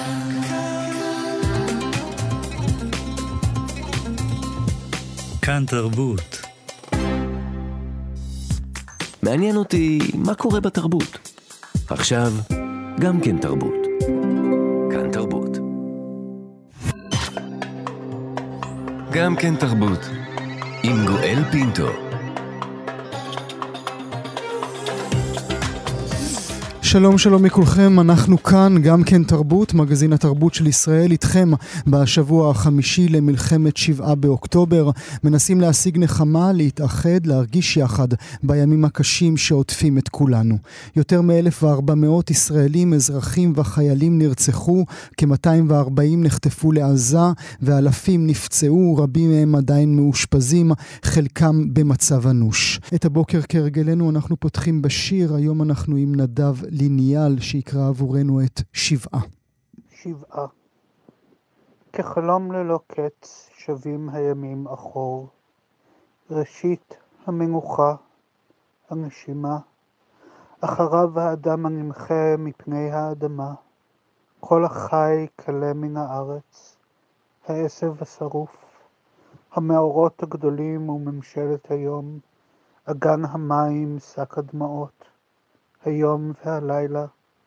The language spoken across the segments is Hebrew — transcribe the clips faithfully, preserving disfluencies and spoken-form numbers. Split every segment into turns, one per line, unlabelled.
כאן תרבות.
מעניין אותי מה קורה בתרבות. עכשיו, גם כן תרבות. כאן תרבות. גם כן תרבות. עם גואל פינטו.
שלום שלום מכולכם, אנחנו כאן, גם כן תרבות, מגזין התרבות של ישראל, איתכם בשבוע החמישי למלחמת שבעה באוקטובר, מנסים להשיג נחמה, להתאחד, להרגיש יחד בימים הקשים שעוטפים את כולנו. יותר מ-אלף וארבע מאות ישראלים, אזרחים וחיילים נרצחו, כ-מאתיים וארבעים נחטפו לעזה, ואלפים נפצעו, רבים מהם עדיין מאושפזים, חלקם במצב אנוש. את הבוקר כהרגלנו אנחנו פותחים בשיר, היום אנחנו עם נדב ליניאל שיקרא עבורנו את שבעה.
שבעה. כחלום ללא קץ שבים הימים אחור. ראשית המנוחה, הנשימה. אחריו האדם הנמחה מפני האדמה. כל החי קלה מן הארץ. העשב השרוף. המאורות הגדולים וממשלת היום. אגן המים שק הדמעות. היום והלילה,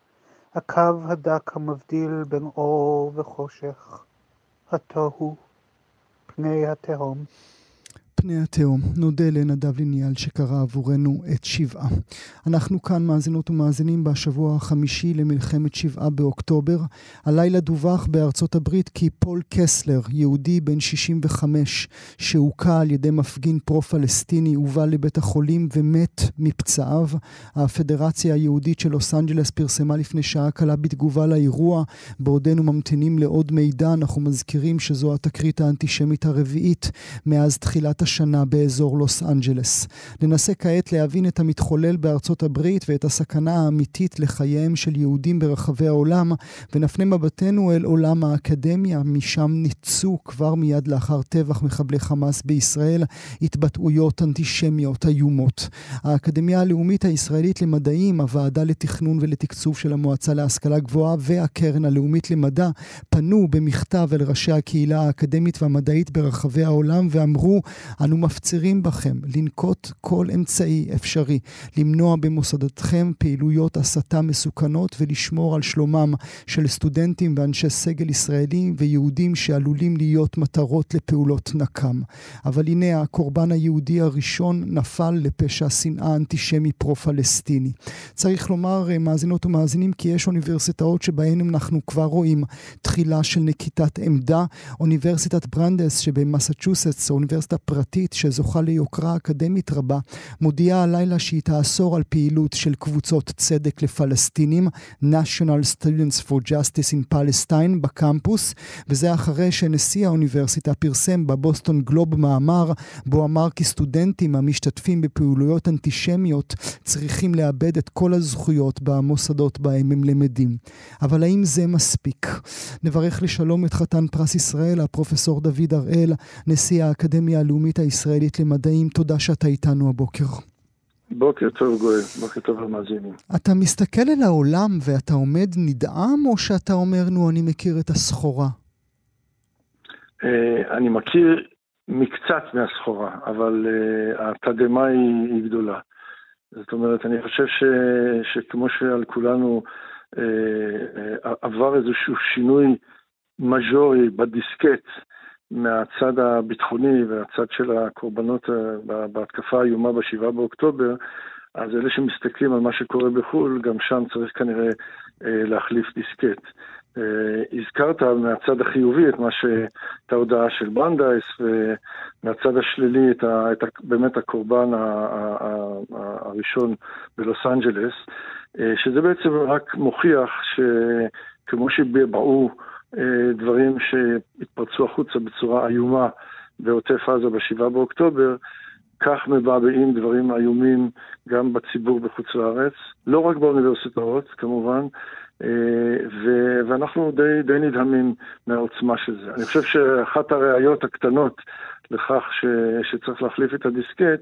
הקו הדק המבדיל בין אור וחושך, התוהו, פני התהום.
פני התהום, נודה לנדב ליניאל שקרא עבורנו את שבעה. אנחנו כאן מאזינות ומאזינים בשבוע החמישי למלחמת שבעה באוקטובר. הלילה דווח בארצות הברית כי פול קסלר, יהודי בן שישים וחמש, שהוקע על ידי מפגין פרו-פלסטיני, הובא לבית החולים ומת מפצעיו. הפדרציה היהודית של לוס אנג'לס פרסמה לפני שעה קלה בתגובה לאירוע. בעודנו ממתינים לעוד מידע, אנחנו מזכירים שזו התקרית האנטישמית הרביעית מאז תחילת השנה באזור לוס אנג'לס. ננסה כעת להבין את המתחולל בארצות הברית ואת הסכנה האמיתית לחייהם של יהודים ברחבי העולם, ונפנה מבטנו אל עולם האקדמיה, משם ניצו כבר מיד לאחר טבח מחבלי חמאס בישראל התבטאויות אנטישמיות איומות. האקדמיה הלאומית הישראלית למדעים, הוועדה לתכנון ולתקצוב של המועצה להשכלה גבוהה והקרן הלאומית למדע פנו במכתב אל ראשי הקהילה האקדמית והמדעית ברחבי העולם ואמרו, אנו מפצירים בכם לנקוט כל אמצעי אפשרי, למנוע במוסדותכם פעילויות הסתה מסוכנות ולשמור על שלומם של סטודנטים ואנשי סגל ישראלים ויהודים שעלולים להיות מטרות לפעולות נקם. אבל הנה הקורבן היהודי הראשון נפל לפשע שנאה אנטישמי פרו-פלסטיני. צריך לומר, מאזינות ומאזינים, כי יש אוניברסיטאות שבהן אנחנו כבר רואים תחילה של נקיטת עמדה. אוניברסיטת ברנדס שבמסצ'וסטס, אוניברסיטה פרטית שזוכה ליוקרה אקדמית רבה, מודיעה הלילה שהיא תאסור על פעילות של קבוצות צדק לפלסטינים, National Students for Justice in Palestine, בקמפוס, וזה אחרי שנשיא האוניברסיטה פרסם בבוסטון גלוב מאמר, בו אמר כי סטודנטים המשתתפים בפעילויות אנטישמיות צריכים לאבד את כל הזכויות במוסדות בהם הם למדים. אבל האם זה מספיק? נברך לשלום את חתן פרס ישראל, הפרופסור דוד הראל, נשיא האקדמיה הלאומית הישראלית למדעים. תודה שאתה איתנו הבוקר.
בוקר טוב גואל, בוקר טוב למאזינים.
אתה מסתכל אל העולם ואתה עומד נדהם, או שאתה אומר, נו, אני מכיר את הסחורה?
אני מכיר מקצת מהסחורה, אבל התדמה היא, היא גדולה. זאת אומרת, אני חושב ש, שכמו שעל כולנו עבר איזשהו שינוי מז'ורי בדיסקט, מהצד הביטחוני והצד של הקורבנות בהתקפה האיומה בשבעה באוקטובר, אז אלה שמסתכלים על מה שקורה בחול, גם שם צריך כנראה להחליף דיסקט. הזכרת מהצד החיובי את מה את ההודעה של ברנדייס, ומהצד השלילי את, ה, את ה, באמת הקורבן הראשון בלוס אנג'לס, שזה בעצם רק מוכיח שכמו שבאו דברים שהתפרצו החוצה בצורה איומה בעוטף עזה בשבעה באוקטובר, כך מבעבעים דברים איומים גם בציבור בחוץ לארץ, לא רק באוניברסיטאות כמובן, ו- ואנחנו די, די נדהמים מהעוצמה של זה. אני חושב שאחת הראיות הקטנות לכך ש- שצריך להחליף את הדיסקט,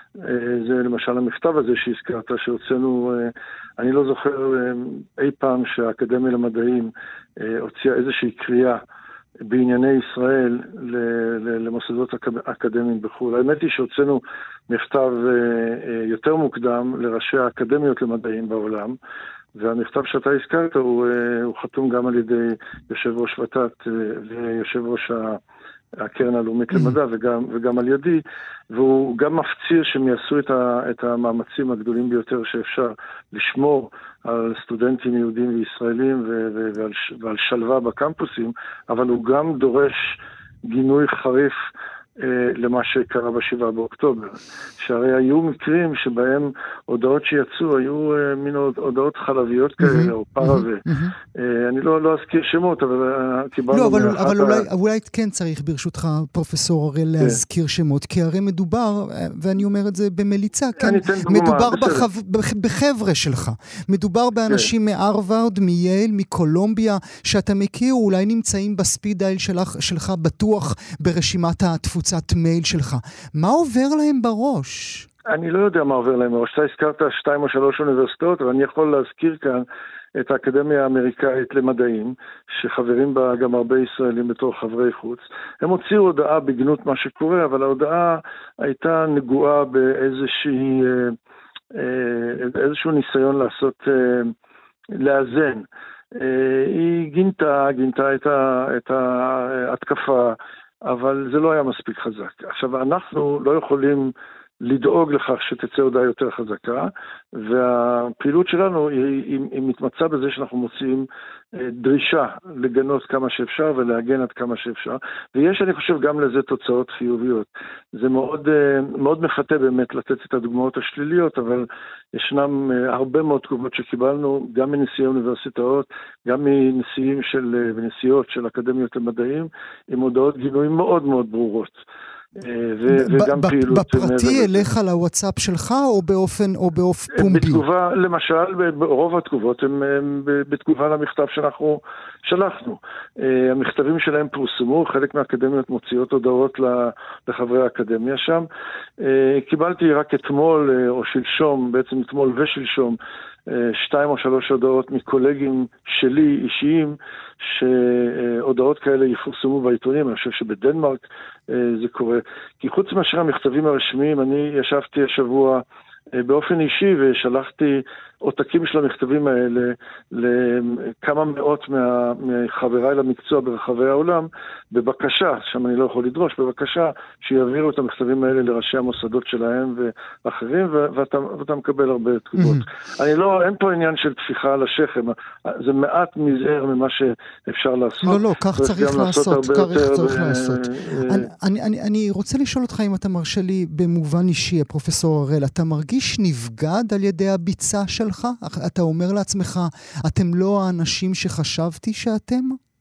זה למשל המכתב הזה שהזכרת, שהוצאנו, אני לא זוכר אי פעם שהאקדמיה למדעים הוציאה איזושהי קריאה בענייני ישראל למוסדות אקדמיים בחו"ל. האמת היא שהוצאנו מכתב יותר מוקדם לראשי האקדמיות למדעים בעולם, והמכתב שאתה הזכרת הוא, הוא חתום גם על ידי יושב ראש ות"ת ויושב ראש הקרן הלאומית למדע וגם, וגם על ידי, והוא גם מפציר שהם יעשו את, ה, את המאמצים הגדולים ביותר שאפשר לשמור על סטודנטים יהודים וישראלים ו, ו, ועל, ועל שלווה בקמפוסים, אבל הוא גם דורש גינוי חריף למה שקרה בשבעה באוקטובר. שהרי היו מקרים שבהם הודעות שיצאו, היו מין הודעות חלביות כאלה, או פרווה. אני לא אזכיר שמות, אבל קיבלנו...
לא, אבל אולי כן צריך ברשותך, פרופסור הראל, להזכיר שמות, כי הרי מדובר, ואני אומר את זה במליצה, מדובר בחבר'ה שלך. מדובר באנשים מהרווארד, מייל, מקולומביה, שאתה מכיר, אולי נמצאים בספיד דייל שלך בטוח ברשימת התפוצה. קבוצת מייל שלך. מה עובר להם בראש?
אני לא יודע מה עובר להם בראש. אתה הזכרת שתיים או שלוש אוניברסיטאות, אבל אני יכול להזכיר כאן את האקדמיה האמריקאית למדעים, שחברים בה גם הרבה ישראלים בתור חברי חוץ. הם הוציאו הודעה בגנות מה שקורה, אבל ההודעה הייתה נגועה באיזושהי, איזשהו ניסיון לעשות, לאזן. היא גינתה, גינתה את ההתקפה, אבל זה לא היה מספיק חזק. עכשיו, אנחנו לא יכולים לדאוג לכך שתצא הודעה יותר חזקה, והפעילות שלנו היא, היא, היא מתמצא בזה שאנחנו מוצאים דרישה לגנות כמה שאפשר ולהגן עד כמה שאפשר, ויש, אני חושב, גם לזה תוצאות חיוביות. זה מאוד, מאוד מפתה באמת לתת את הדוגמאות השליליות, אבל ישנם הרבה מאוד תגובות שקיבלנו, גם מנשיאי אוניברסיטאות, גם מנשיאים של, ונשיאות של אקדמיות למדעים, עם הודעות גינויים מאוד מאוד ברורות.
וגם פעילות בפרטי אליך לוואטסאפ שלך או באופן או באופן פומבי?
בתגובה, למשל, רוב התגובות הם בתגובה למכתב שאנחנו שלחנו. המכתבים שלהם פורסמו, חלק מהאקדמיות מוציאות הודעות לחברי האקדמיה שם. קיבלתי רק אתמול או שלשום, בעצם אתמול ושלשום, שתיים או שלוש הודעות מקולגים שלי אישיים, שהודעות כאלה יפורסמו בעיתונים. אני חושב שבדנמרק זה קורה. כי חוץ מאשר המכתבים הרשמיים, אני ישבתי השבוע באופן אישי ושלחתי עותקים של המכתבים האלה לכמה מאות מה, מחבריי למקצוע ברחבי העולם, בבקשה, שם אני לא יכול לדרוש, בבקשה שיעבירו את המכתבים האלה לראשי המוסדות שלהם ואחרים, ואתה, ואתה מקבל הרבה תגובות. אני לא, אין פה עניין של תפיחה על השכם, זה מעט מזער ממה שאפשר לעשות.
לא, לא, כך צריך לעשות, כך צריך לעשות. אני רוצה לשאול אותך אם אתה מרשה לי במובן אישי, פרופסור הראל, אתה מרגיש נבגד על ידי הביצה שלך? אתה אומר לעצמך, אתם לא האנשים שחשבתי שאתם?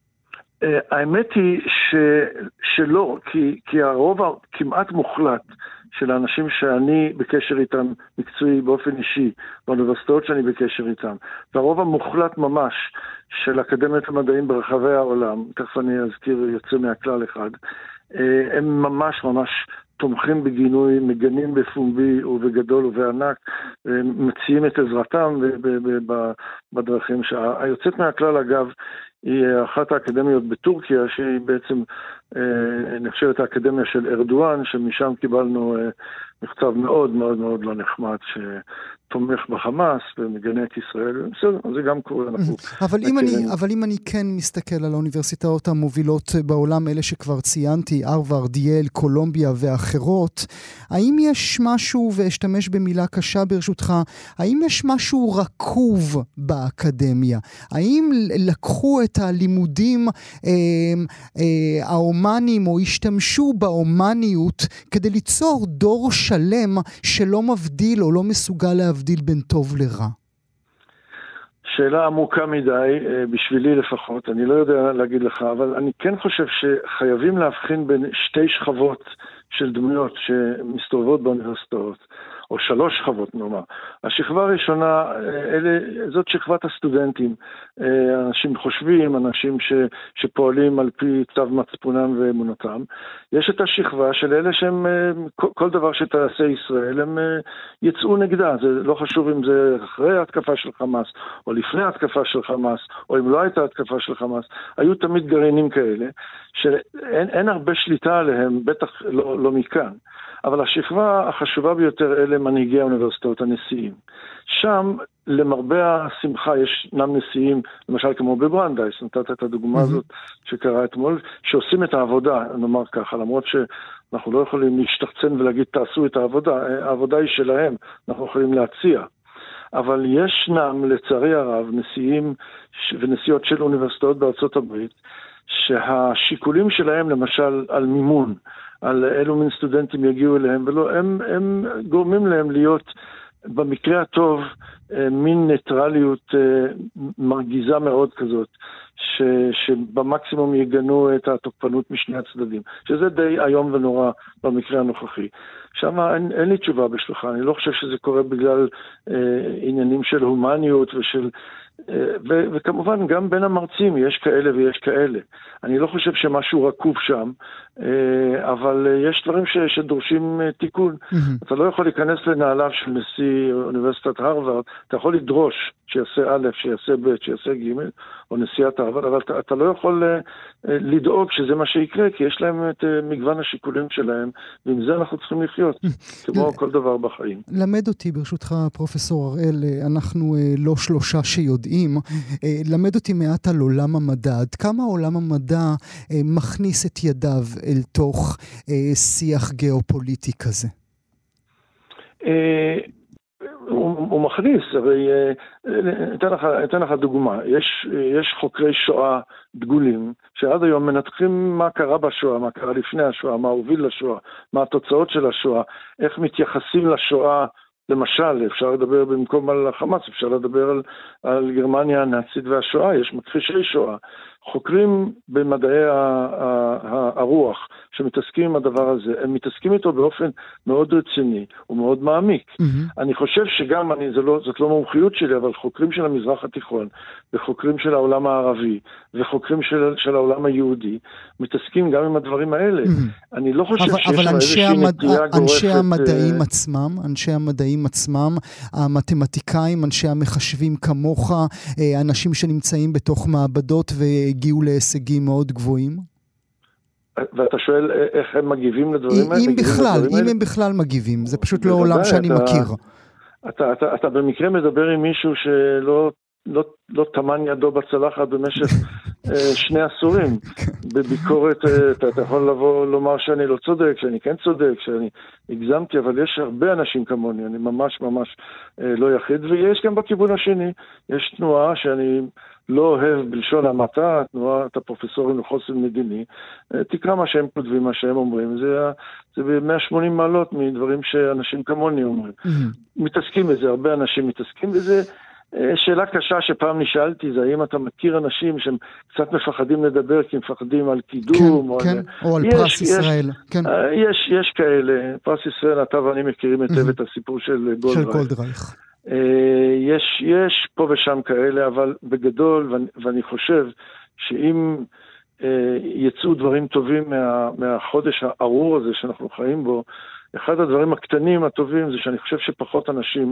האמת היא ש... שלא, כי, כי הרוב כמעט מוחלט של האנשים שאני בקשר איתם מקצועי באופן אישי, באוניברסיטאות שאני בקשר איתם, והרוב המוחלט ממש של אקדמיות המדעים ברחבי העולם, תכף אני אזכיר יוצא מהכלל אחד, הם ממש ממש תומכים בגינוי, מגנים בפומבי ובגדול ובענק, מציעים את עזרתם בדרכים. היוצאת מהכלל, אגב, היא אחת האקדמיות בטורקיה, שהיא בעצם נחשבת האקדמיה של ארדואן, שמשם קיבלנו מכתב מאוד מאוד מאוד לא נחמד, שתומך בחמאס ומגנה את ישראל. בסדר, זה גם קורה.
אבל אם אני, אבל אם אני כן מסתכל על האוניברסיטאות המובילות בעולם, אלה שכבר ציינתי, הרווארד, יייל, קולומביה ואחרות, האם יש משהו, ואשתמש במילה קשה ברשותך, האם יש משהו רקוב באקדמיה? האם לקחו את הלימודים אה, אה, האומניים, או השתמשו באומניות כדי ליצור דור שלם שלא מבדיל או לא מסוגל להבדיל בין טוב לרע?
שאלה עמוקה מדי, בשבילי לפחות, אני לא יודע להגיד לך, אבל אני כן חושב שחייבים להבחין בין שתי שכבות של דמויות שמסתובבות באוניברסיטאות. או שלוש שכבות נאמר. השכבה הראשונה, אלה, זאת שכבת הסטודנטים, אנשים חושבים, אנשים ש, שפועלים על פי צו מצפונם ואמונתם. יש את השכבה של אלה שהם, כל, כל דבר שתעשה ישראל, הם יצאו נגדה. זה לא חשוב אם זה אחרי ההתקפה של חמאס, או לפני ההתקפה של חמאס, או אם לא הייתה התקפה של חמאס. היו תמיד גרעינים כאלה, שאין אין הרבה שליטה עליהם, בטח לא, לא מכאן. אבל השכבה החשובה ביותר אלה מנהיגי האוניברסיטאות, הנשיאים. שם, למרבה השמחה, ישנם נשיאים, למשל כמו בברנדייס, נתת את הדוגמה הזאת שקרה אתמול, שעושים את העבודה, נאמר ככה, למרות שאנחנו לא יכולים להשתחצן ולהגיד, תעשו את העבודה, העבודה היא שלהם, אנחנו יכולים להציע. אבל ישנם, לצערי הרב, נשיאים ונשיאות של אוניברסיטאות בארצות הברית, שהשיקולים שלהם, למשל, על מימון, על אילו מין סטודנטים יגיעו אליהם, ולא, הם, הם גורמים להם להיות, במקרה הטוב, מין ניטרליות מרגיזה מאוד כזאת, ש, שבמקסימום יגנו את התוקפנות משני הצדדים, שזה די היום ונורא במקרה הנוכחי. שם אין, אין לי תשובה בשלוחה, אני לא חושב שזה קורה בגלל אה, עניינים של הומניות ושל... ו- וכמובן גם בין המרצים יש כאלה ויש כאלה. אני לא חושב שמשהו רקוב שם, אבל יש דברים ש- שדורשים תיקון. Mm-hmm. אתה לא יכול להיכנס לנעליו של נשיא אוניברסיטת הרווארד, אתה יכול לדרוש שיעשה א', שיעשה ב', שיעשה ג', או נשיאת הרווארד, אבל אתה, אתה לא יכול לדאוג שזה מה שיקרה, כי יש להם את מגוון השיקולים שלהם, ועם זה אנחנו צריכים לחיות, כמו כל דבר בחיים.
למד אותי ברשותך פרופסור הראל, אנחנו לא שלושה שיודעים, למד אותי מעט על עולם המדע, עד כמה עולם המדע מכניס את ידיו אל תוך שיח גיאופוליטי כזה?
הוא, הוא מכניס, הרי אתן לך, אתן לך דוגמה, יש, יש חוקרי שואה דגולים, שעד היום מנתחים מה קרה בשואה, מה קרה לפני השואה, מה הוביל לשואה, מה התוצאות של השואה, איך מתייחסים לשואה, למשל, אפשר לדבר במקום על החמאס, אפשר לדבר על, על גרמניה הנאצית והשואה, יש מכחישי שואה, חוקרים במדעי הרוח שמתעסקים עם הדבר הזה, הם מתעסקים איתו באופן מאוד רציני ומאוד מעמיק. Mm-hmm. אני חושב שגם, אני, זה לא, זאת לא מומחיות שלי, אבל חוקרים של המזרח התיכון, וחוקרים של העולם הערבי, וחוקרים של, של העולם היהודי, מתעסקים גם עם הדברים האלה. Mm-hmm. אני לא חושב
אבל,
שיש
אבל אנשי, המד... אנשי
גורפת,
המדעים עצמם, אנשי המדעים עצמם, המתמטיקאים, אנשי המחשבים כמוך, אנשים שנמצאים בתוך מעבדות והגיעו להישגים מאוד גבוהים?
ואתה שואל איך הם מגיבים לדברים האלה?
אם בכלל, אם הם בכלל מגיבים, זה פשוט לא עולם שאני מכיר.
אתה, אתה, אתה במקרה מדבר עם מישהו שלא לא, לא תמן ידו בצלחת במשך שני עשורים. בביקורת אתה, אתה יכול לבוא לומר שאני לא צודק, שאני כן צודק, שאני הגזמתי, אבל יש הרבה אנשים כמוני, אני ממש ממש לא יחיד, ויש גם בכיוון השני, יש תנועה שאני לא אוהב בלשון המעטה, תנועת הפרופסורים לחוסן מדיני, תקרא מה שהם כותבים, מה שהם אומרים, זה, זה ב-מאה ושמונים מעלות מדברים שאנשים כמוני אומרים. Mm-hmm. מתעסקים בזה, הרבה אנשים מתעסקים בזה. שאלה קשה שפעם נשאלתי, זה האם אתה מכיר אנשים שהם קצת מפחדים לדבר, כי הם מפחדים על קידום,
כן,
או,
כן,
על...
או על
יש,
פרס
יש,
ישראל. כן.
יש, יש כאלה, פרס ישראל, אתה ואני מכירים היטב mm-hmm. את הסיפור של גולדרייך.
של גולדרייך.
יש, יש פה ושם כאלה, אבל בגדול, ואני, ואני חושב שאם יצאו דברים טובים מה, מהחודש הארור הזה שאנחנו חיים בו, אחד הדברים הקטנים הטובים זה שאני חושב שפחות אנשים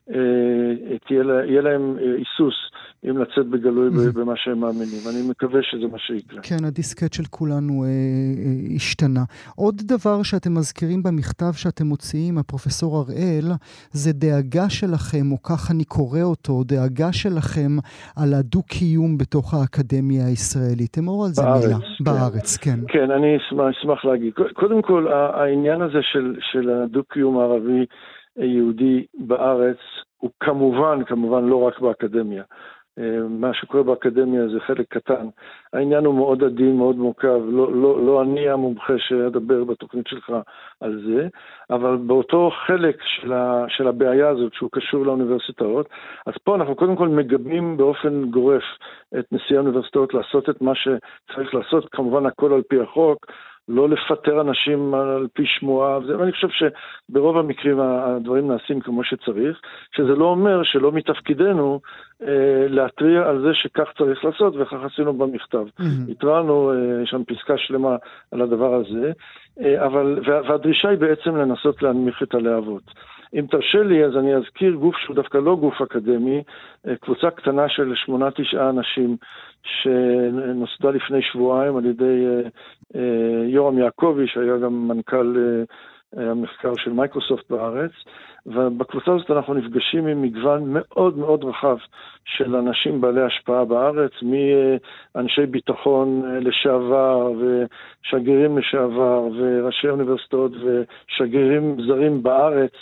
אה, תהיה, לה, יהיה להם איסוס אם לצאת בגלוי mm-hmm. במה שהם מאמינים. אני מקווה שזה מה שיקרה.
כן, הדיסקט של כולנו אה, אה, השתנה. עוד דבר שאתם מזכירים במכתב שאתם מוציאים, הפרופסור הראל, זה דאגה שלכם, או כך אני קורא אותו, דאגה שלכם על הדו-קיום בתוך האקדמיה הישראלית. אמור על זה
בארץ,
מילה.
כן.
בארץ, כן.
כן, אני אשמח, אשמח להגיד. קודם כל, העניין הזה של, של הדו-קיום הערבי יהודי בארץ, הוא כמובן, כמובן לא רק באקדמיה. מה שקורה באקדמיה זה חלק קטן. העניין הוא מאוד עדין, מאוד מורכב. לא, לא, לא אני המומחה שידבר בתוכנית שלך על זה, אבל באותו חלק של, ה, של הבעיה הזאת שהוא קשור לאוניברסיטאות, אז פה אנחנו קודם כל מגבים באופן גורף את נשיא האוניברסיטאות לעשות את מה שצריך לעשות, כמובן הכל על פי החוק, לא לפטר אנשים על פי שמועה, ואני חושב שברוב המקרים הדברים נעשים כמו שצריך, שזה לא אומר שלא מתפקידנו אה, להתריע על זה שכך צריך לעשות, וכך עשינו במכתב. Mm-hmm. התרענו, אה, יש שם פסקה שלמה על הדבר הזה, אה, אבל, וה, והדרישה היא בעצם לנסות להנמיך את הלהבות. אם תרשה לי, אז אני אזכיר גוף שהוא דווקא לא גוף אקדמי, קבוצה קטנה של שמונה תשעה אנשים שנוסדה לפני שבועיים על ידי יורם יעקבי, שהיה גם מנכ"ל המחקר של מייקרוסופט בארץ, ובקבוצה הזאת אנחנו נפגשים עם מגוון מאוד מאוד רחב של אנשים בעלי השפעה בארץ, מאנשי ביטחון לשעבר ושגרירים לשעבר וראשי אוניברסיטאות ושגרירים זרים בארץ,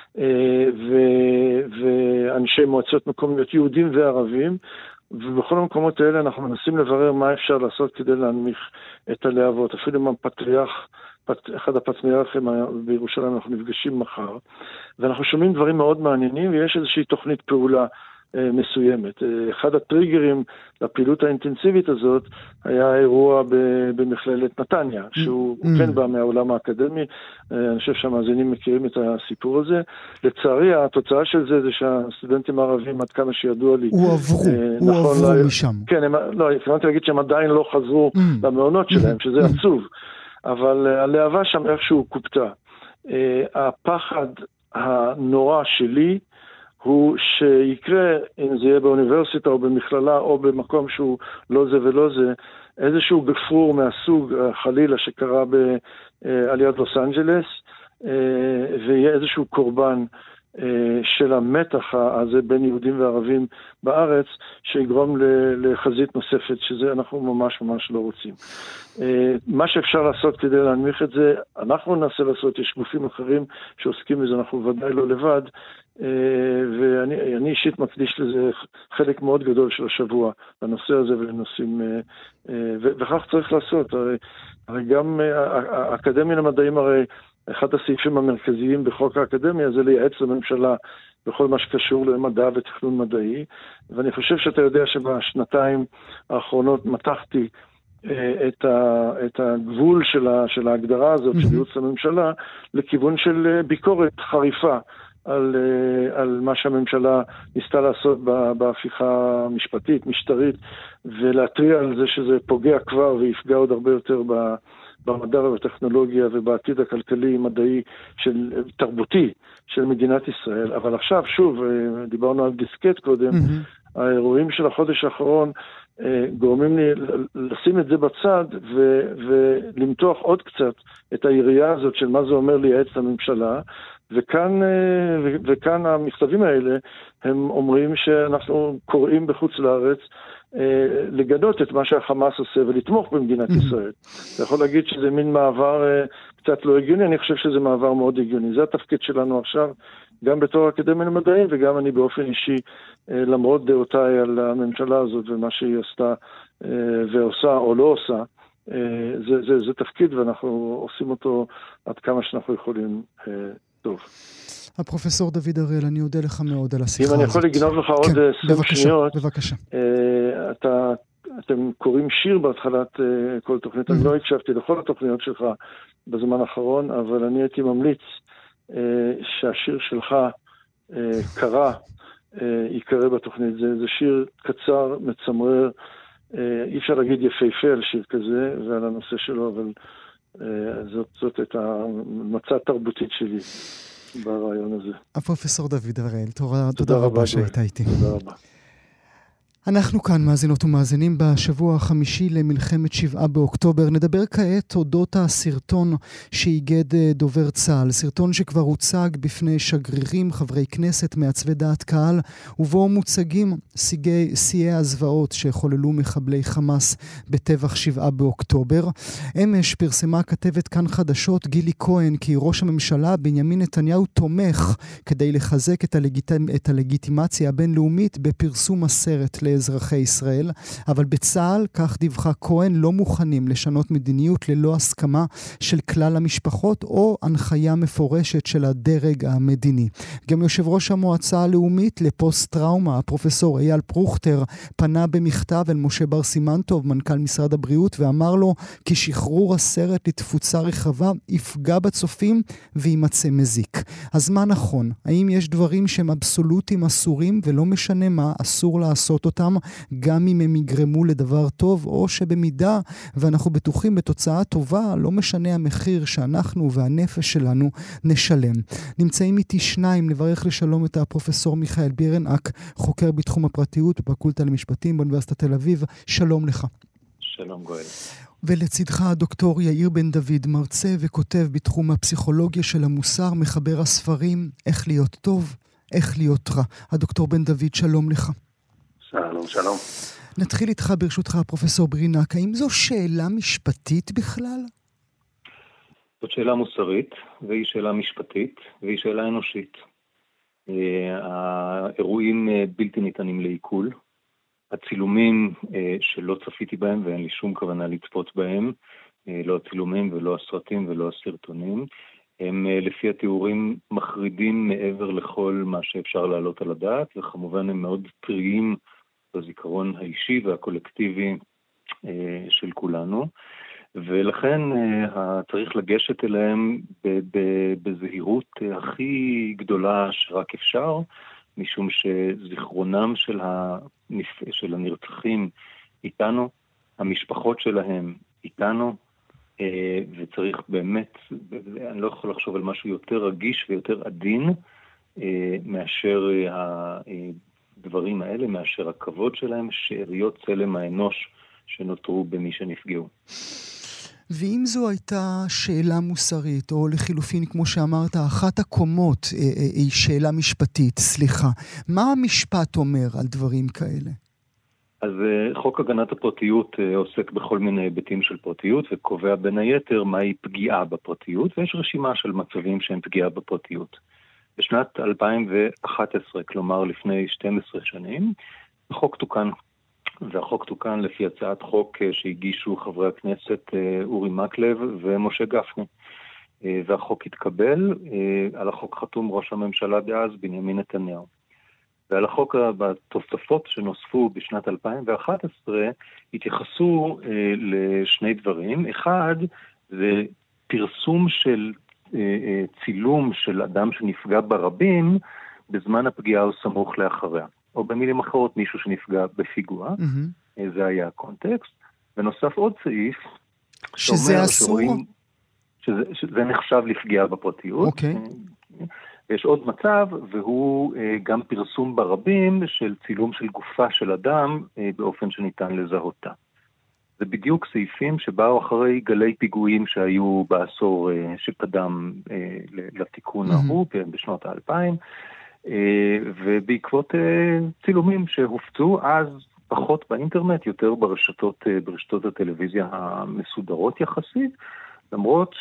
ו- ואנשי מועצות מקומיות יהודים וערבים, ובכל המקומות האלה אנחנו מנסים לברר מה אפשר לעשות כדי להנמיך את הלהבות. אפילו עם הפטריארך, אחד הפטריארכים בירושלים, אנחנו נפגשים מחר, ואנחנו שומעים דברים מאוד מעניינים, ויש איזושהי תוכנית פעולה מסוימת. אחד הטריגרים לפעילות האינטנסיבית הזאת היה אירוע במכללת נתניה, שהוא כן בא מהעולם האקדמי. אני חושב שהמאזינים מכירים את הסיפור הזה. לצערי, התוצאה של זה זה שהסטודנטים הערבים, עד כמה שידוע לי,
הועברו, הועברו משם.
כן, לא, התכוונתי להגיד שהם עדיין לא חזרו למעונות שלהם, שזה עצוב. אבל הלהבה שם איכשהו קופתה. הפחד הנורא שלי הוא שיקרה, אם זה יהיה באוניברסיטה או במכללה או במקום שהוא לא זה ולא זה, איזשהו גפרור מהסוג חלילה שקרה על יד לוס אנג'לס, ויהיה איזשהו קורבן של המתח הזה בין יהודים וערבים בארץ, שיגרום לחזית נוספת, שזה אנחנו ממש ממש לא רוצים. מה שאפשר לעשות כדי להנמיך את זה, אנחנו ננסה לעשות, יש גופים אחרים שעוסקים בזה, אנחנו ודאי לא לבד, ואני אישית מקדיש לזה חלק מאוד גדול של השבוע, לנושא הזה ולנושאים, וכך צריך לעשות. הרי, הרי גם האקדמיה למדעים, הרי אחד הסעיפים המרכזיים בחוק האקדמיה זה לייעץ לממשלה בכל מה שקשור למדע ותכנון מדעי, ואני חושב שאתה יודע שבשנתיים האחרונות מתחתי את, ה, את הגבול של, ה, של ההגדרה הזאת של ייעוץ לממשלה לכיוון של ביקורת חריפה על, על מה שהממשלה ניסתה לעשות בהפיכה המשפטית, משטרית, ולהטריע על זה שזה פוגע כבר ויפגע עוד הרבה יותר ב... במדע ובטכנולוגיה ובעתיד הכלכלי-מדעי של תרבותי של מדינת ישראל. אבל עכשיו, שוב, דיברנו על דיסקט קודם, mm-hmm. האירועים של החודש האחרון גורמים לי לשים את זה בצד ו- ולמתוח עוד קצת את היריעה הזאת של מה זה אומר לייעץ לממשלה, וכאן, ו- וכאן המכתבים האלה הם אומרים שאנחנו קוראים בחוץ לארץ לגנות את מה שהחמאס עושה ולתמוך במדינת ישראל. אתה יכול להגיד שזה מין מעבר קצת לא הגיוני, אני חושב שזה מעבר מאוד הגיוני. זה התפקיד שלנו עכשיו, גם בתור אקדמיה למדעים, וגם אני באופן אישי, למרות דעותיי על הממשלה הזאת ומה שהיא עשתה ועושה או לא עושה, זה, זה, זה תפקיד ואנחנו עושים אותו עד כמה שאנחנו יכולים טוב.
הפרופסור דוד הראל, אני אודה לך מאוד על השיחה הזאת.
אם אני יכול לגנוב לך עוד עשרים שניות.
בבקשה.
אתה, אתם קוראים שיר בהתחלת כל תוכנית, אני לא הקשבתי לכל התוכניות שלך בזמן האחרון, אבל אני הייתי ממליץ שהשיר שלך קרא, יקרא בתוכנית. זה, זה שיר קצר, מצמרר, אי אפשר להגיד יפהפה על שיר כזה ועל הנושא שלו, אבל זאת, זאת את המצע התרבותית שלי ברעיון הזה.
הפרופסור דוד הראל, תודה, תודה רבה, רבה שהיית איתי.
תודה רבה.
אנחנו כאן מאזינות ומאזינים בשבוע החמישי למלחמת שבעה באוקטובר. נדבר כעת אודות הסרטון שאיגד דובר צה"ל, סרטון שכבר הוצג בפני שגרירים, חברי כנסת, מעצבי דעת קהל, ובו מוצגים שיאי הזוועות שחוללו מחבלי חמאס בטבח שבעה באוקטובר. אמש פרסמה כתבת כאן חדשות גילי כהן כי ראש הממשלה בנימין נתניהו תומך כדי לחזק את, הלגיט... את הלגיטימציה הבינלאומית בפרסום הסרט ל... כלפי אזרחי ישראל, אבל בצה"ל, כך דיווחה כהן, לא מוכנים לשנות מדיניות ללא הסכמה של כלל המשפחות או הנחיה מפורשת של הדרג המדיני. גם יושב ראש המועצה הלאומית לפוסט-טראומה, הפרופסור אייל פרוכטר, פנה במכתב אל משה בר סימן-טוב, מנכ"ל משרד הבריאות, ואמר לו כי שחרור הסרט לתפוצה רחבה יפגע בצופים וימצא מזיק. אז מה נכון? האם יש דברים שהם אבסולוטיים אסורים ולא משנה מה, אסור לעשות אותם גם אם הם יגרמו לדבר טוב, או שבמידה ואנחנו בטוחים בתוצאה טובה, לא משנה המחיר שאנחנו והנפש שלנו נשלם. נמצאים איתי שניים, לברך לשלום את הפרופסור מיכאל בירנאק, חוקר בתחום הפרטיות בפקולטה למשפטים באוניברסיטת תל אביב. שלום לך.
שלום גואל.
ולצידך הדוקטור יאיר בן דוד, מרצה וכותב בתחום הפסיכולוגיה של המוסר, מחבר הספרים איך להיות טוב, איך להיות רע. הדוקטור בן דוד, שלום לך.
שלום, שלום.
נתחיל איתך ברשותך, פרופסור בירנאק. האם זו שאלה משפטית בכלל?
זאת שאלה מוסרית, והיא שאלה משפטית, והיא שאלה אנושית. האירועים בלתי ניתנים לעיכול. הצילומים שלא צפיתי בהם ואין לי שום כוונה לצפות בהם, לא הצילומים ולא הסרטים ולא הסרטונים, הם לפי התיאורים מחרידים מעבר לכל מה שאפשר להעלות על הדעת, וכמובן הם מאוד טריים בזיכרון האישי והקולקטיבי של כולנו, ולכן צריך לגשת אליהם בזהירות הכי גדולה שרק אפשר, משום שזיכרונם של, הנפ... של הנרצחים איתנו, המשפחות שלהם איתנו, וצריך באמת, אני לא יכול לחשוב על משהו יותר רגיש ויותר עדין מאשר הדברים האלה, מאשר הכבוד שלהם, שאריות צלם האנוש שנותרו במי שנפגעו.
ואם זו הייתה שאלה מוסרית, או לחילופין, כמו שאמרת, אחת הקומות היא שאלה משפטית, סליחה, מה המשפט אומר על דברים כאלה?
אז חוק הגנת הפרטיות עוסק בכל מיני היבטים של פרטיות, וקובע בין היתר מהי פגיעה בפרטיות, ויש רשימה של מצבים שהם פגיעה בפרטיות. בשנת אלפיים ואחת עשרה, כלומר לפני שתים עשרה שנים, החוק תוקן. והחוק תוקן לפי הצעת חוק שהגישו חברי הכנסת אורי מקלב ומשה גפני. והחוק התקבל, על החוק חתום ראש הממשלה דאז בנימין נתניהו. ועל החוק בתוספות שנוספו בשנת אלפיים ואחת עשרה התייחסו לשני דברים. אחד, זה פרסום של צילום של אדם שנפגע ברבים בזמן הפגיעה או סמוך לאחריה. או במילים אחרות מישהו שנפגע בפיגוע, mm-hmm. זה היה הקונטקסט, ונוסף עוד סעיף,
שזה אסור?
שרואים, שזה, שזה נחשב לפגיעה בפרטיות,
אוקיי.
Okay. יש עוד מצב, והוא גם פרסום ברבים של צילום של גופה של אדם, באופן שניתן לזהותה. זה בדיוק סעיפים שבאו אחרי גלי פיגועים שהיו בעשור שקדם לתיקון mm-hmm. ההוא, בשנות האלפיים, ובעקבות צילומים שהופצו אז פחות באינטרנט, יותר ברשתות, ברשתות הטלוויזיה המסודרות יחסית, למרות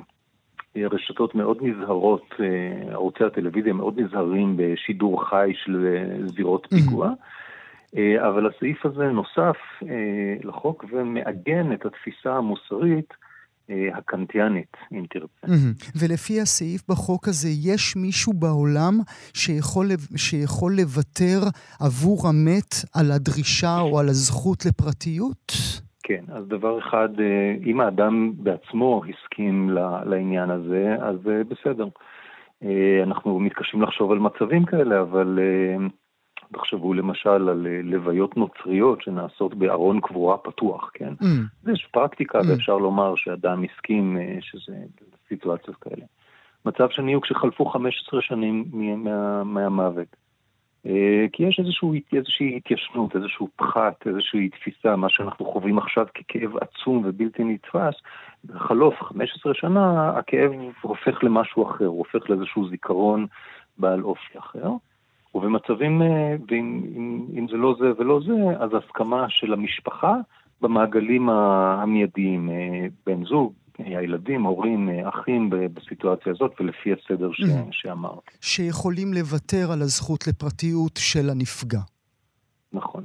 שרשתות מאוד נזהרות, ערוצי הטלוויזיה מאוד נזהרים בשידור חי של זירות פיגוע, אבל הסעיף הזה נוסף לחוק ומעגן את התפיסה המוסרית הקנטיאנית, אם תרצה.
ולפי הסעיף בחוק הזה, יש מישהו בעולם שיכול, שיכול לוותר עבור המת על הדרישה או על הזכות לפרטיות?
כן, אז דבר אחד, אם האדם בעצמו הסכים לעניין הזה, אז בסדר. אנחנו מתקשים לחשוב על מצבים כאלה, אבל תחשבו למשל על לוויות נוצריות שנעשות בארון קבורה פתוח, כן? Mm. יש פרקטיקה, mm. ואפשר לומר שאדם הסכים שזה סיטואציות כאלה. מצב שני הוא כשחלפו חמש עשרה שנים מה, מהמוות. כי יש איזשהו, איזושהי התיישנות, איזשהו פחת, איזושהי תפיסה, מה שאנחנו חווים עכשיו ככאב עצום ובלתי נתפס, בחלוף חמש עשרה שנה הכאב הופך למשהו אחר, הוא הופך לאיזשהו זיכרון בעל אופי אחר. ובמצבים, ואם, אם, אם זה לא זה ולא זה, אז הסכמה של המשפחה במעגלים המיידיים, בן זוג, הילדים, הורים, אחים בסיטואציה הזאת, ולפי הסדר ש, שאמרתי.
שיכולים לוותר על הזכות לפרטיות של הנפגע.
נכון.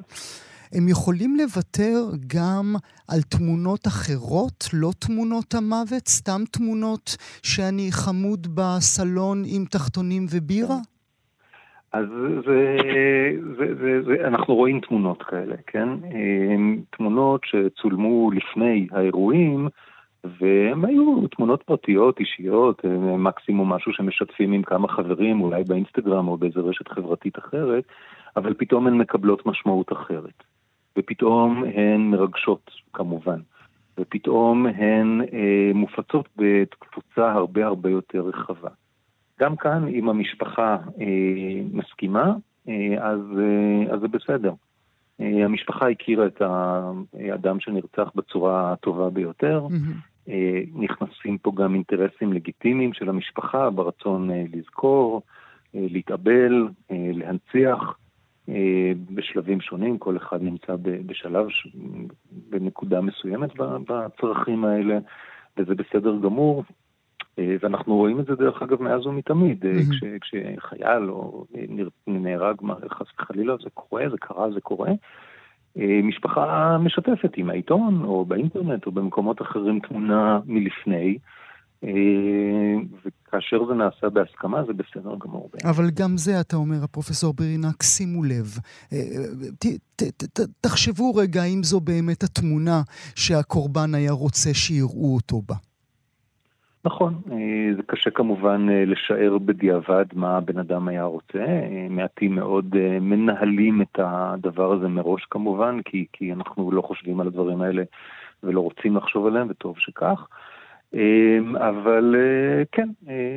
הם יכולים לוותר גם על תמונות אחרות, לא תמונות המוות, סתם תמונות שאני חמוד בסלון עם תחתונים ובירה?
אז זה, זה, זה, זה, אנחנו רואים תמונות כאלה, כן? תמונות שצולמו לפני האירועים, והם היו תמונות פרטיות, אישיות, מקסימום משהו שמשתפים עם כמה חברים, אולי באינסטגרם או באיזו רשת חברתית אחרת, אבל פתאום הן מקבלות משמעות אחרת. ופתאום הן מרגשות, כמובן. ופתאום הן אה, מופצות בתקפוצה הרבה הרבה יותר רחבה. גם כאן, אם המשפחה אה, מסכימה, אה, אז, אה, אז זה בסדר. אה, המשפחה הכירה את האדם שנרצח בצורה הטובה ביותר. Mm-hmm. אה, נכנסים פה גם אינטרסים לגיטימיים של המשפחה, ברצון אה, לזכור, אה, להתאבל, אה, להנציח. בשלבים שונים, כל אחד נמצא בשלב, בנקודה מסוימת בצרכים האלה, וזה בסדר גמור, ואנחנו רואים את זה דרך אגב מאז ומתמיד, כש, כשחייל או נהרג חס וחלילה, זה קורה, זה קרה, זה קורה, משפחה משתפת עם העיתון, או באינטרנט, או במקומות אחרים תמונה מלפני, וכאשר זה נעשה בהסכמה זה בסדר גמור.
אבל גם זה אתה אומר, הפרופסור ברירנק, שימו לב, תחשבו רגע אם זו באמת התמונה שהקורבן היה רוצה שיראו אותו בה.
נכון, זה קשה כמובן לשער בדיעבד מה הבן אדם היה רוצה, מעטים מאוד מנהלים את הדבר הזה מראש כמובן, כי, כי אנחנו לא חושבים על הדברים האלה ולא רוצים לחשוב עליהם, וטוב שכך. אבל כן,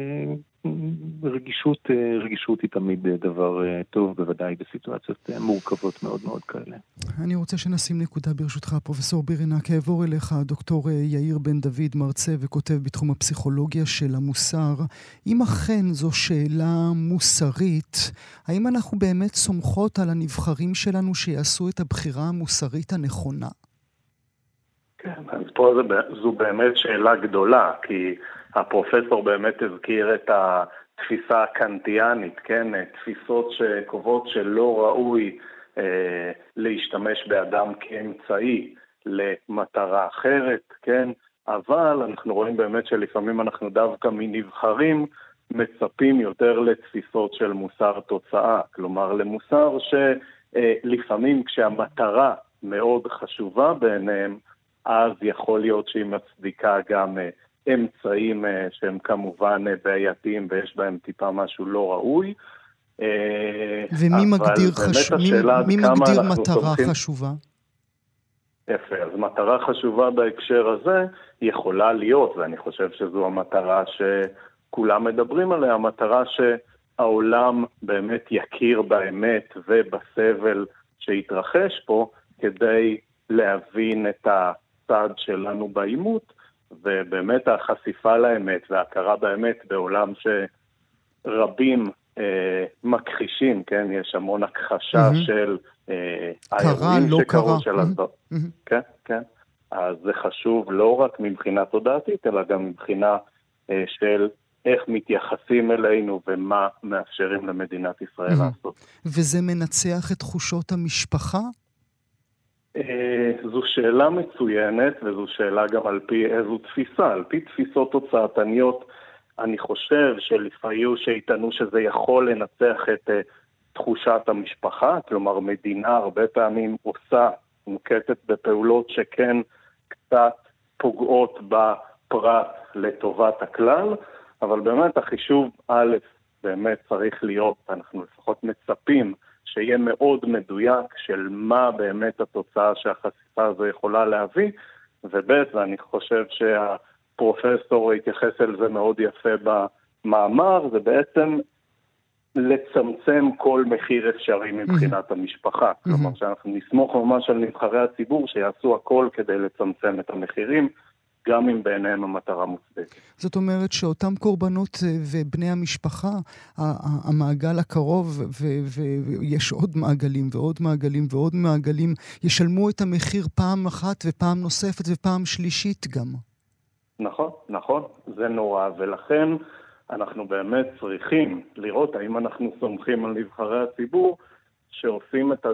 רגישות, רגישות היא תמיד דבר טוב, בוודאי בסיטואציות מורכבות מאוד מאוד כאלה.
אני רוצה שנשים נקודה ברשותך, פרופסור ברירנק, אעבור אליך, דוקטור יאיר בן דוד, מרצה וכותב בתחום הפסיכולוגיה של המוסר. אם אכן זו שאלה מוסרית, האם אנחנו באמת סומכות על הנבחרים שלנו שיעשו את הבחירה המוסרית הנכונה?
כן, אז פה זה, זו באמת שאלה גדולה, כי הפרופסור באמת הזכיר את התפיסה הקנטיאנית, כן? תפיסות שקובעות שלא ראוי אה, להשתמש באדם כאמצעי למטרה אחרת, כן? אבל אנחנו רואים באמת שלפעמים אנחנו דווקא מנבחרים מצפים יותר לתפיסות של מוסר תוצאה, כלומר למוסר שלפעמים כשהמטרה מאוד חשובה בעיניהם, אז יכול להיות שהיא מצדיקה גם אמצעים שהם כמובן בעייתיים ויש בהם טיפה משהו לא ראוי.
ומי מגדיר, חש... מי, מי מגדיר מטרה סומכים... חשובה?
יפה, אז מטרה חשובה בהקשר הזה יכולה להיות, ואני חושב שזו המטרה שכולם מדברים עליה, המטרה שהעולם באמת יכיר באמת ובסבל שהתרחש פה, כדי להבין את ה... צד שלנו באימות, ובאמת החשיפה לאמת וההכרה באמת בעולם שרבים אה, מכחישים, כן? יש המון הכחשה mm-hmm. של אה, האירועים
לא
שקרו
קרה.
של הזאת. Mm-hmm. כן, כן. אז זה חשוב לא רק מבחינה תודעתית, אלא גם מבחינה אה, של איך מתייחסים אלינו ומה מאפשרים למדינת ישראל mm-hmm. לעשות.
וזה מנצח את תחושות המשפחה?
זו שאלה מצוינת, וזו שאלה גם על פי איזו תפיסה. על פי תפיסות תוצאתניות, אני חושב שלפעמים שיתנו שזה יכול לנצח את uh, תחושת המשפחה, כלומר מדינה הרבה פעמים עושה, נוקטת בפעולות שכן קצת פוגעות בפרט לטובת הכלל, אבל באמת החישוב א' באמת צריך להיות, אנחנו לפחות מצפים, שיהיה מאוד מדויק של מה באמת התוצאה שהחשיפה הזו יכולה להביא, ובית, ואני חושב שהפרופסור התייחס אל זה מאוד יפה במאמר, זה בעצם לצמצם כל מחיר אפשרי מבחינת המשפחה. כלומר, שאנחנו נסמוך ממש על נבחרי הציבור שיעשו הכל כדי לצמצם את המחירים, גם אם בעיניהם המטרה מוצדקת.
זאת אומרת שאותם קורבנות ובני המשפחה, המעגל הקרוב, ויש עוד מעגלים ועוד מעגלים ועוד מעגלים, ישלמו את המחיר פעם אחת ופעם נוספת ופעם שלישית גם.
נכון, נכון, זה נורא, ולכן אנחנו באמת צריכים לראות האם אנחנו סומכים על נבחרי הציבור שעושים את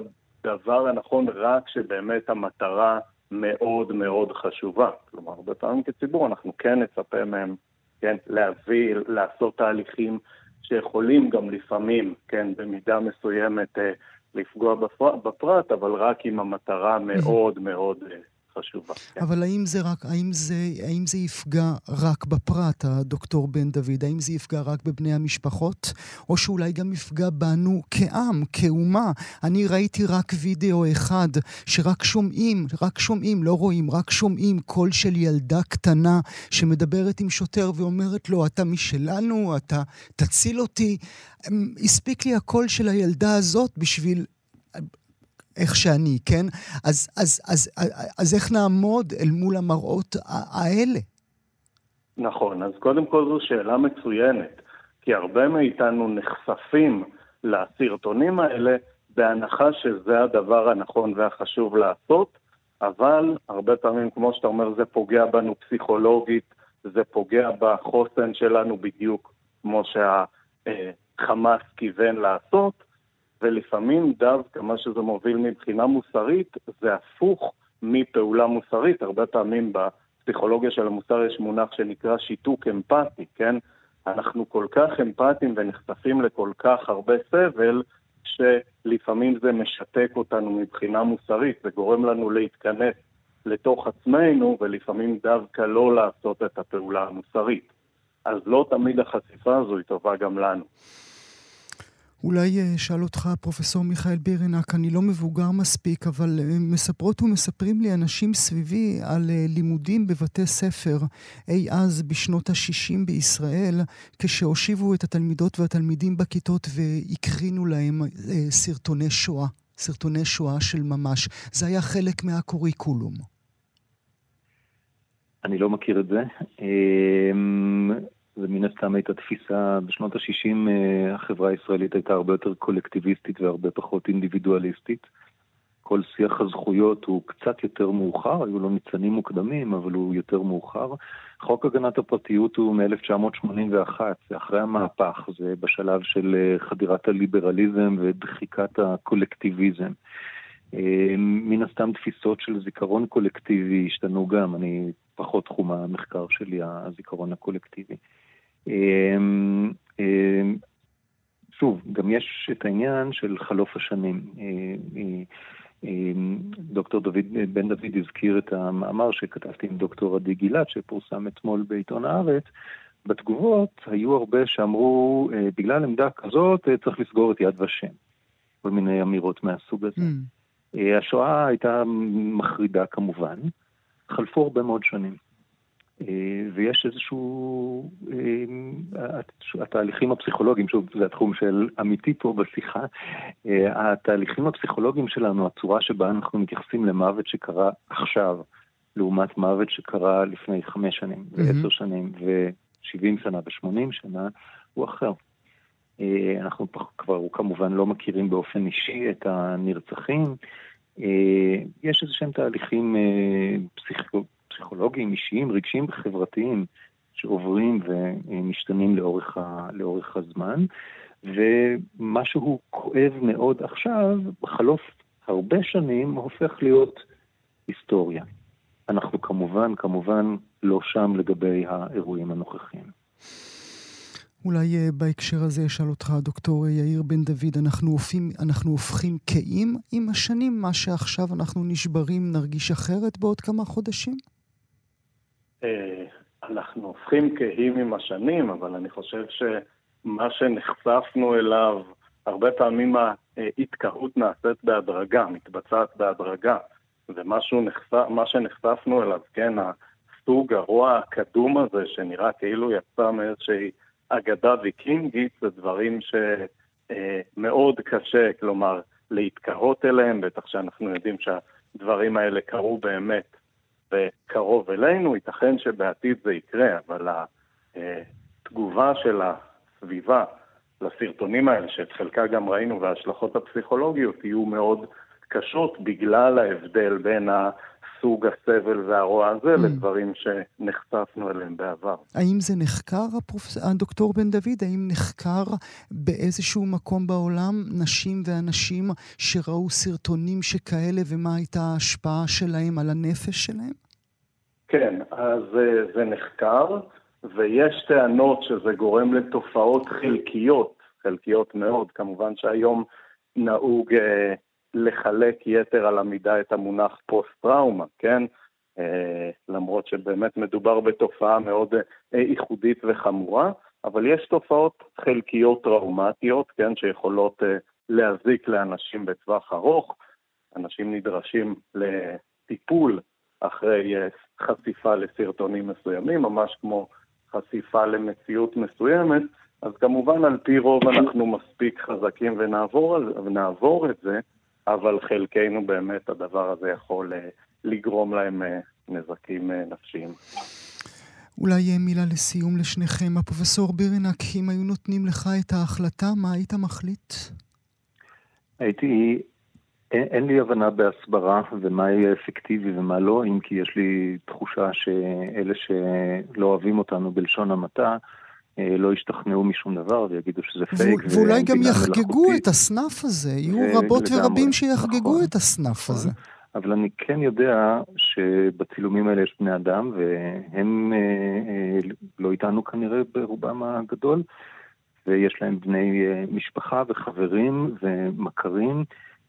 הדבר הנכון רק שבאמת המטרה מאוד מאוד חשובה. כלומר, הרבה פעמים כציבור אנחנו כן נצפה מהם, כן, להביא, לעשות תהליכים שיכולים גם לפעמים, כן, במידה מסוימת אה, לפגוע בפרט, בפרט, אבל רק עם המטרה מאוד מאוד אה, חשובה. כן.
אבל האם זה רק, האם זה, האם זה יפגע רק בפרט, הדוקטור בן דוד? האם זה יפגע רק בבני המשפחות? או שאולי גם יפגע בנו כעם, כאומה? אני ראיתי רק וידאו אחד שרק שומעים, רק שומעים, לא רואים, רק שומעים קול של ילדה קטנה שמדברת עם שוטר ואומרת לו, אתה משלנו, אתה תציל אותי. הספיק לי הקול של הילדה הזאת בשביל איך שאני, כן? אז, אז, אז, אז, אז איך נעמוד אל מול המראות האלה?
נכון, אז קודם כל זו שאלה מצוינת, כי הרבה מאיתנו נחשפים לסרטונים האלה בהנחה שזה הדבר הנכון והחשוב לעשות, אבל הרבה פעמים, כמו שאתה אומר, זה פוגע בנו פסיכולוגית, זה פוגע בחוסן שלנו בדיוק כמו שהחמאס כיוון לעשות, ולפעמים דווקא מה שזה מוביל מבחינה מוסרית, זה הפוך מפעולה מוסרית. הרבה פעמים בפסיכולוגיה של המוסר יש מונח שנקרא שיתוק אמפתי, כן? אנחנו כל כך אמפתיים ונחשפים לכל כך הרבה סבל, שלפעמים זה משתק אותנו מבחינה מוסרית, זה גורם לנו להתכנס לתוך עצמנו, ולפעמים דווקא לא לעשות את הפעולה המוסרית. אז לא תמיד החשיפה הזו היא טובה גם לנו.
אולי שאל אותך פרופסור מיכאל בירנק, אני לא מבוגר מספיק, אבל מספרות ומספרים לי אנשים סביבי על לימודים בבתי ספר אי אז בשנות ה-שישים בישראל, כשהושיבו את התלמידות והתלמידים בכיתות והקרינו להם סרטוני שואה, סרטוני שואה של ממש. זה היה חלק מהקוריקולום.
אני לא מכיר את זה. ומן הסתם הייתה תפיסה, בשנות ה-שישים החברה הישראלית הייתה הרבה יותר קולקטיביסטית והרבה פחות אינדיבידואליסטית. כל שיח הזכויות הוא קצת יותר מאוחר, היו לו ניצנים מוקדמים, אבל הוא יותר מאוחר. חוק הגנת הפרטיות הוא מ-אלף תשע מאות שמונים ואחת, זה אחרי המהפך, זה בשלב של חדירת הליברליזם ודחיקת הקולקטיביזם. מן הסתם תפיסות של זיכרון קולקטיבי השתנו גם, אני פחות תחום המחקר שלי, הזיכרון הקולקטיבי. שוב, גם יש את העניין של חלוף השנים. דוקטור דוד, בן דוד הזכיר את המאמר שכתבתי עם דוקטור עדי גילת, שפורסם אתמול בעיתון הארץ. בתגובות היו הרבה שאמרו, בגלל עמדה כזאת צריך לסגור את יד ושם. כל מיני אמירות מהסוג הזה. Mm. השואה הייתה מחרידה כמובן. חלפו הרבה מאוד שנים. ויש איזשהו, התהליכים הפסיכולוגיים, שוב, זה התחום של אמיתי פה בשיחה, התהליכים הפסיכולוגיים שלנו, הצורה שבה אנחנו מתייחסים למוות שקרה עכשיו, לעומת מוות שקרה לפני חמש שנים, ועשר שנים, ושבעים שנה ושמונים שנה, הוא אחר. אנחנו כבר כמובן לא מכירים באופן אישי את הנרצחים, יש איזה שהם תהליכים פסיכולוגיים, פסיכולוגיים, אישיים, רגשיים וחברתיים שעוברים ומשתנים לאורך, ה, לאורך הזמן, ומשהו כואב מאוד עכשיו, בחלוף הרבה שנים, הופך להיות היסטוריה. אנחנו כמובן, כמובן לא שם לגבי האירועים הנוכחיים.
אולי בהקשר הזה אשאל אותך, דוקטור יאיר בן דוד, אנחנו הופכים, אנחנו הופכים קיים עם השנים, מה שעכשיו אנחנו נשברים נרגיש אחרת בעוד כמה חודשים?
אנחנו הופכים קהים עם השנים, אבל אני חושב שמה שנחשפנו אליו, הרבה פעמים ההתקהות נעשית בהדרגה, מתבצעת בהדרגה, ומה שנחשפנו אליו, כן, הסוג הרוע הקדום הזה, שנראה כאילו יצא מאיזושהי אגדה ויקינגית, זה דברים שמאוד קשה, כלומר, להתקהות אליהם, בטח שאנחנו יודעים שהדברים האלה קרו באמת, וקרוב אלינו, ייתכן שבעתיד זה יקרה, אבל התגובה של הסביבה לסרטונים האלה, שאת חלקה גם ראינו, וההשלכות הפסיכולוגיות יהיו מאוד קשות, בגלל ההבדל בין סוג הסבל והרוע הזה mm. לדברים שנחשפנו אליהם בעבר.
האם זה נחקר, הפרופס... הדוקטור בן דוד? האם נחקר באיזשהו מקום בעולם נשים ואנשים שראו סרטונים שכאלה, ומה הייתה ההשפעה שלהם על הנפש שלהם?
כן, אז זה נחקר, ויש טענות שזה גורם לתופעות חלקיות, חלקיות מאוד. כמובן שהיום נהוג לחלק יתר על המידה את המונח פוסט-טראומה, כן? למרות שבאמת מדובר בתופעה מאוד ייחודית וחמורה, אבל יש תופעות חלקיות טראומטיות, כן? שיכולות להזיק לאנשים בטווח ארוך. אנשים נדרשים לטיפול אחרי חשיפה לסרטונים מסוימים, ממש כמו חשיפה למציאות מסוימת, אז כמובן על פי רוב אנחנו מספיק חזקים ונעבור, ונעבור את זה, אבל חלקנו באמת הדבר הזה יכול לגרום להם נזקים נפשיים.
אולי מילה לסיום לשניכם. הפרופסור בירנק, אם היו נותנים לך את ההחלטה, מה היית מחליט?
הייתי... אין, אין לי הבנה בהסברה ומה יהיה אפקטיבי ומה לא, אם כי יש לי תחושה שאלה שלא אוהבים אותנו בלשון המעטה, לא ישתכנעו משום דבר ויגידו שזה פייק.
ואולי גם יחגגו את הסנף הזה, יהיו רבות ורבים שיחגגו את הסנף הזה.
אבל אני כן יודע שבצילומים האלה יש בני אדם, והם לא איתנו כנראה ברובם הגדול, ויש להם בני משפחה וחברים ומכרים,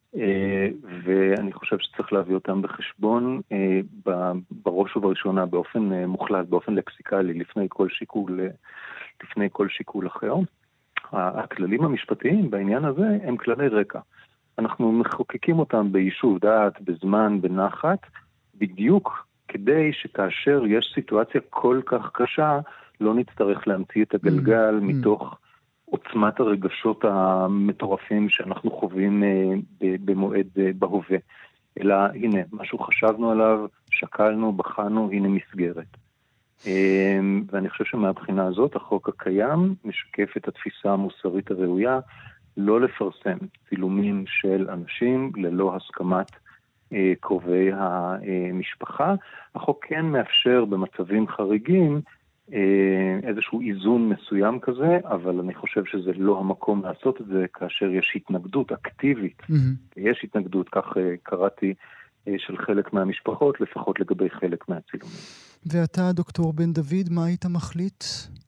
ואני חושב שצריך להביא אותם בחשבון בראש ובראשונה באופן מוחלט, באופן לקסיקלי, לפני כל שיקול, לפני כל שיקול אחר. הכללים המשפטיים בעניין הזה הם כללי רקע. אנחנו מחוקקים אותם ביישוב דעת, בזמן, בנחת, בדיוק כדי שכאשר יש סיטואציה כל כך קשה, לא נצטרך להמציא את הגלגל מתוך עוצמת הרגשות המטורפים שאנחנו חווים במועד בהווה. אלא הנה, משהו חשבנו עליו, שקלנו, בחנו, הנה מסגרת. ואני חושב שמהבחינה הזאת, החוק הקיים משקף את התפיסה המוסרית הראויה, לא לפרסם צילומים של אנשים ללא הסכמת קרובי המשפחה. החוק כן מאפשר במצבים חריגים איזשהו איזון מסוים כזה, אבל אני חושב שזה לא המקום לעשות את זה כאשר יש התנגדות אקטיבית. Mm-hmm. יש התנגדות, כך קראתי, של חלק מהמשפחות, לפחות לגבי חלק מהצילומים.
ואתה, דוקטור בן דוד, מה היית מחליט?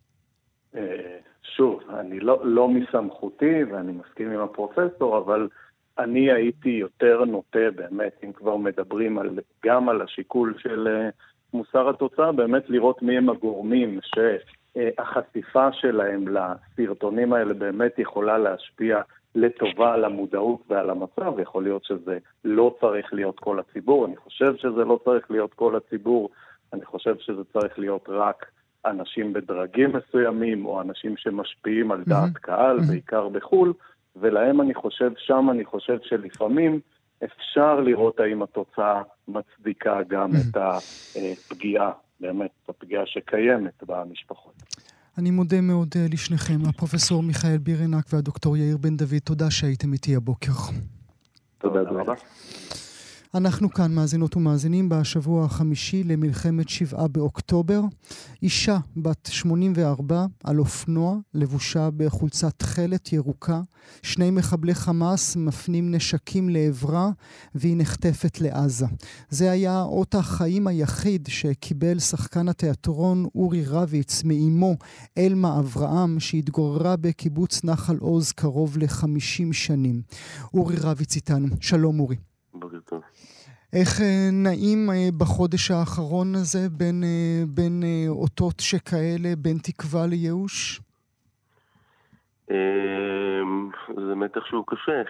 שוב, אני לא, לא מסמכותי, ואני מסכים עם הפרופסור, אבל אני הייתי יותר נוטה באמת, אם כבר מדברים על, גם על השיקול של מוסר התוצאה, באמת לראות מי הם הגורמים שהחשיפה שלהם לסרטונים האלה באמת יכולה להשפיע לטובה על המודעות ועל המצב. יכול להיות שזה לא צריך להיות כל הציבור, אני חושב שזה לא צריך להיות כל הציבור, אני חושב שזה צריך להיות רק אנשים בדרגים מסוימים, או אנשים שמשפיעים על דעת קהל, בעיקר בחול, ולהם אני חושב, שם אני חושב שלפעמים אפשר לראות האם התוצאה מצדיקה גם את הפגיעה, באמת, הפגיעה שקיימת במשפחות.
אני מודה מאוד לשניכם, הפרופסור מיכאל בירנק והדוקטור יאיר בן דוד, תודה שהייתם איתי הבוקר.
תודה רבה.
אנחנו כאן מאזינות ומאזינים בשבוע החמישי למלחמת שבעה באוקטובר. אישה בת שמונים וארבע על אופנוע, לבושה בחולצת תכלת ירוקה. שני מחבלי חמאס מפנים נשקים לעברה והיא נחטפת לעזה. זה היה אות החיים היחיד שקיבל שחקן התיאטרון אורי רביץ מאימו אלמה אברהם, שהתגוררה בקיבוץ נחל עוז קרוב ל-חמישים שנים. אורי רביץ איתנו. שלום אורי.
בוקר טוב.
איך נעים בחודש האחרון הזה בין, בין אותות שכאלה, בין תקווה לייאוש?
זה מתח שהוא קשה.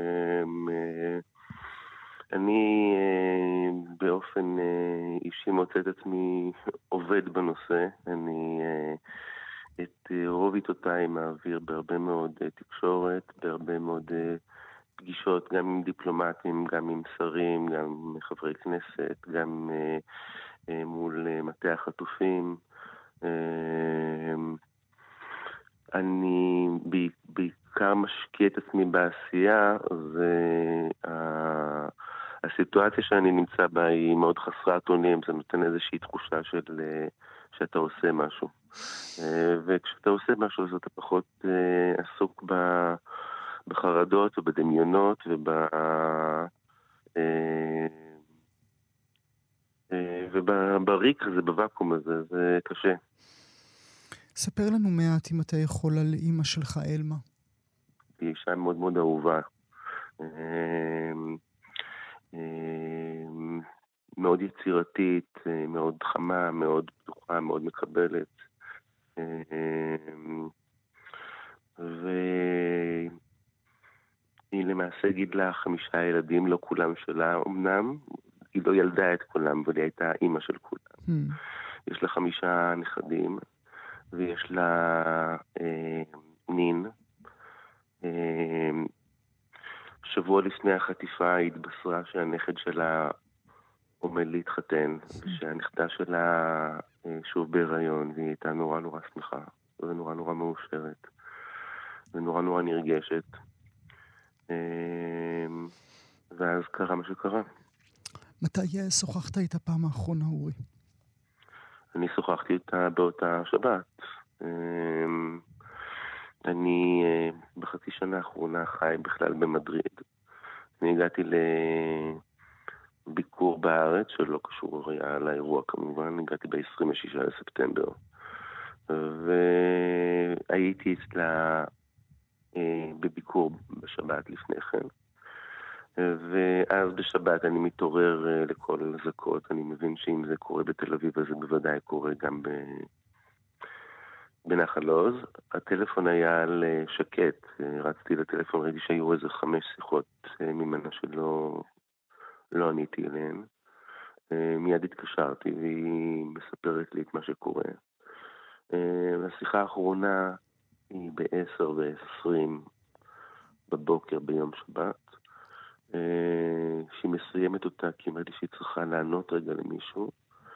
אני באופן אישי מוצא את עצמי עובד בנושא. אני את רוב עיתותיי מעביר בהרבה מאוד תקשורת, בהרבה מאוד פגישות, גם עם דיפלומטים, גם עם שרים, גם עם חברי כנסת, גם אה, מול אה, מטה החטופים. אה, אני בעיקר משקיע את עצמי בעשייה, זה אה, הסיטואציה שאני נמצא בה היא מאוד חסרת אונים, זה נותן איזושהי תחושה של שאתה עושה משהו. וכשאתה עושה משהו, אז אתה פחות עסוק בחרדות ובדמיונות וב... ובריק הזה, בוואקום הזה, זה קשה.
ספר לנו מעט אם אתה יכול על אמא שלך, אלמה.
היא אישה מאוד מאוד אהובה. מאוד יצירתית, מאוד חמה, מאוד פתוחה, מאוד מקבלת. והיא למעשה גידלה חמישה ילדים, לא כולם שלה אמנם. היא לא ילדה את כולם, אבל היא הייתה אימא של כולם. יש לה חמישה נכדים, ויש לה נין. שבוע לפני החטיפה היא התבשרה שהנכד שלה עומד להתחתן, ושהנכדה שלה שוב בהיריון, והיא הייתה נורא נורא שמחה, ונורא נורא מאושרת, ונורא נורא נרגשת. ואז קרה מה שקרה.
מתי שוחחת איתה פעם האחרונה, אורי?
אני שוחחתי איתה באותה שבת. אני בחצי שנה האחרונה חי בכלל במדריד. אני הגעתי לביקור בארץ, שלא קשור היה לאירוע כמובן, הגעתי ב-עשרים ושישה לספטמבר. והייתי אצלה בביקור בשבת לפני כן. ואז בשבת אני מתעורר לכל הזקות. אני מבין שאם זה קורה בתל אביב, אז זה בוודאי קורה גם ב... בנחל עוז. הטלפון היה על שקט. רצתי לטלפון, ראיתי שהיו איזה חמש שיחות ממנה שלא לא עניתי אליהן. מיד התקשרתי והיא מספרת לי את מה שקורה. השיחה האחרונה היא ב-עשר ועשרים בבוקר ביום שבת. שהיא מסיימת אותה כי אמרתי שהיא צריכה לענות רגע למישהו.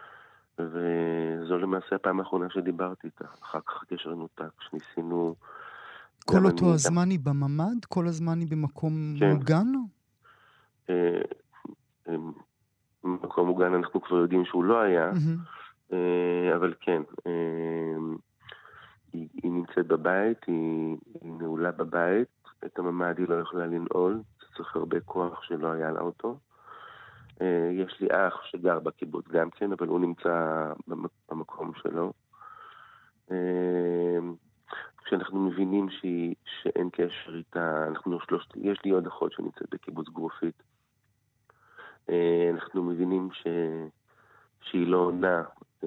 וזו למעשה הפעם האחרונה שדיברתי איתה. אחר כך הקשר נותק, כשניסינו...
כל אותו הזמן היא בממד? כל הזמן היא במקום מוגן?
במקום מוגן אנחנו כבר יודעים שהוא לא היה, אבל כן. היא נמצאת בבית, היא נעולה בבית, את הממד היא לא יכולה לנעול, צריך הרבה כוח שלא היה לה אותו. יש לי אח שגר בקיבוץ גם כן, אבל הוא נמצא במקום שלו. כשאנחנו מבינים שהיא, שאין קשר איתה, אנחנו שלושת, יש לי עוד אחות שנמצאת בקיבוץ גרופית. אנחנו מבינים ש, שהיא לא עונה.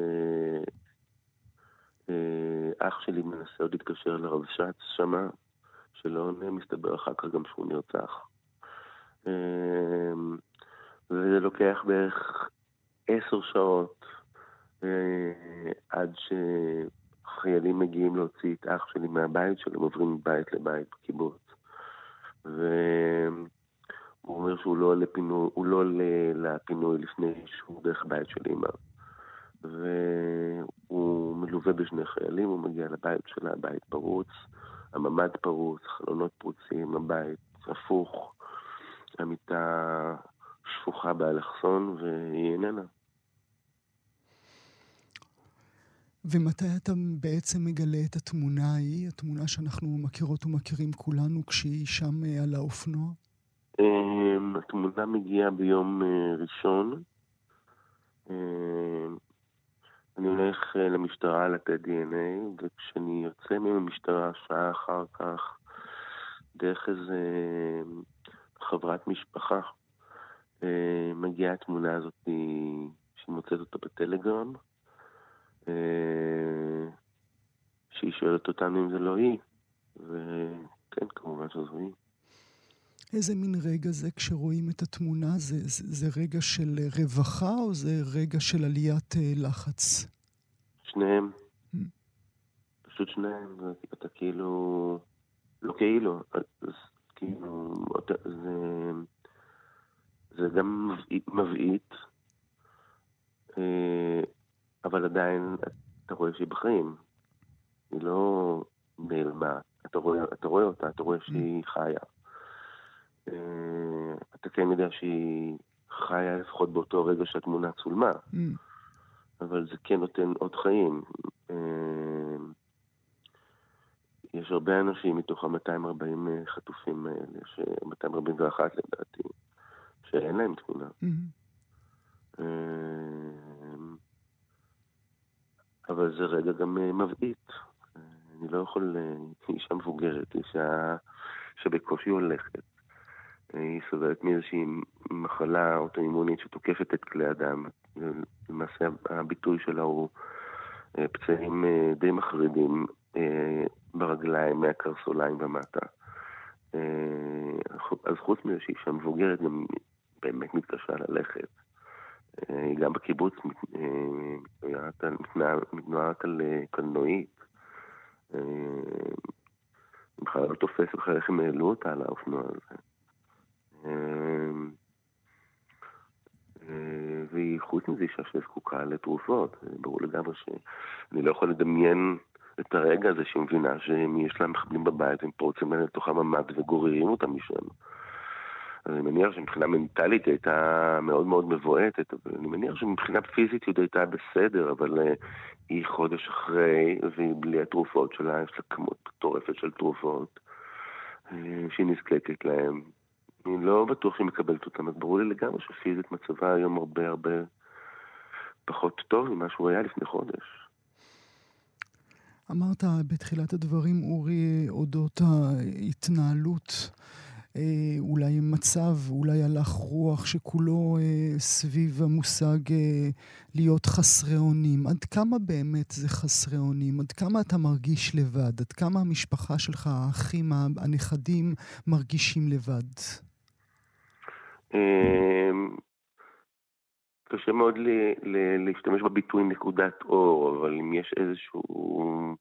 אח שלי מנסה עוד להתקשר לרב שץ שמה, שלא עונה, מסתבר אחר כך גם שהוא נרצח. וזה לוקח בערך עשר שעות אה, עד שחיילים מגיעים להוציא את אח שלי מהבית שלו, עוברים מבית לבית בקיבוץ. והוא אומר שהוא לא עולה לפינוי, הוא לא עולה לפינוי לפני שהוא דרך הבית של אמא. והוא מלווה בשני חיילים, הוא מגיע לבית שלה, הבית פרוץ, הממד פרוץ, חלונות פרוצים, הבית הפוך, המיטה שפוכה באלכסון, והיא איננה.
ומתי אתה בעצם מגלה את התמונה ההיא, התמונה שאנחנו מכירות ומכירים כולנו, כשהיא שם על האופנוע?
התמונה מגיעה ביום ראשון. אני הולך למשטרה לתת די אן איי, וכשאני יוצא מהמשטרה שעה אחר כך, דרך איזה חברת משפחה, מגיעה התמונה הזאת שמוצאת אותה בטלגרם, שהיא שואלת אותנו אם זה לא היא, וכן, כמובן שזו היא.
איזה מין רגע זה כשרואים את התמונה? זה, זה, זה רגע של רווחה או זה רגע של עליית לחץ?
שניהם. Mm. פשוט שניהם. אתה כאילו... לא כאילו. אז כאילו... זה... זה גם מבעית, אבל עדיין אתה רואה שהיא בחיים. היא לא נעלמה. אתה רואה, אתה רואה אותה, אתה רואה שהיא חיה. אתה כן יודע שהיא חיה לפחות באותו רגע שהתמונה צולמה. Mm. אבל זה כן נותן עוד חיים. יש הרבה אנשים מתוך ה-מאתיים וארבעים חטופים האלה, ש-מאתיים ארבעים ואחת לדעתי, שאין להם תמונה. Mm-hmm. אבל זה רגע גם מבעית. אני לא יכול, אישה מבוגרת, אישה שבקושי הולכת. היא סובלת מאיזושהי מחלה אוטואימונית שתוקפת את כלי אדם. למעשה הביטוי שלה הוא פצעים די מחרידים ברגליים, מהקרסוליים ומטה. אז חוץ מזה שהיא אישה מבוגרת גם באמת מתקשה ללכת. היא גם בקיבוץ מתנועת על קלנועית. היא בכלל לא תופסת אחרי איך הם העלו אותה על האופנוע הזה. והיא חוץ מזה אישה שזקוקה לתרופות. ברור לגמרי שאני לא יכול לדמיין את הרגע הזה שהיא מבינה שיש לה מחבלים בבית והם פורצים לה לתוך הממ"ד וגוררים אותם משם. אז אני מניח שמבחינה מנטלית היא הייתה מאוד מאוד מבועטת, אבל אני מניח שמבחינה פיזית היא הייתה בסדר, אבל היא חודש אחרי והיא בלי התרופות שלה, יש לה כמות טורפת של תרופות שהיא נזקקת להם. אני לא בטוח שהיא מקבלת אותם, אז ברור לי לגמרי שפיזית מצבה היום הרבה הרבה פחות טוב ממה שהוא היה לפני חודש.
אמרת בתחילת הדברים, אורי, אודות ההתנהלות, אולי מצב, אולי הלך רוח שכולו סביב המושג להיות חסרי אונים. עד כמה באמת זה חסרי אונים? עד כמה אתה מרגיש לבד? עד כמה המשפחה שלך, האחים, הנכדים, מרגישים לבד?
קשה מאוד להשתמש בביטוי נקודת אור, אבל אם יש איזשהו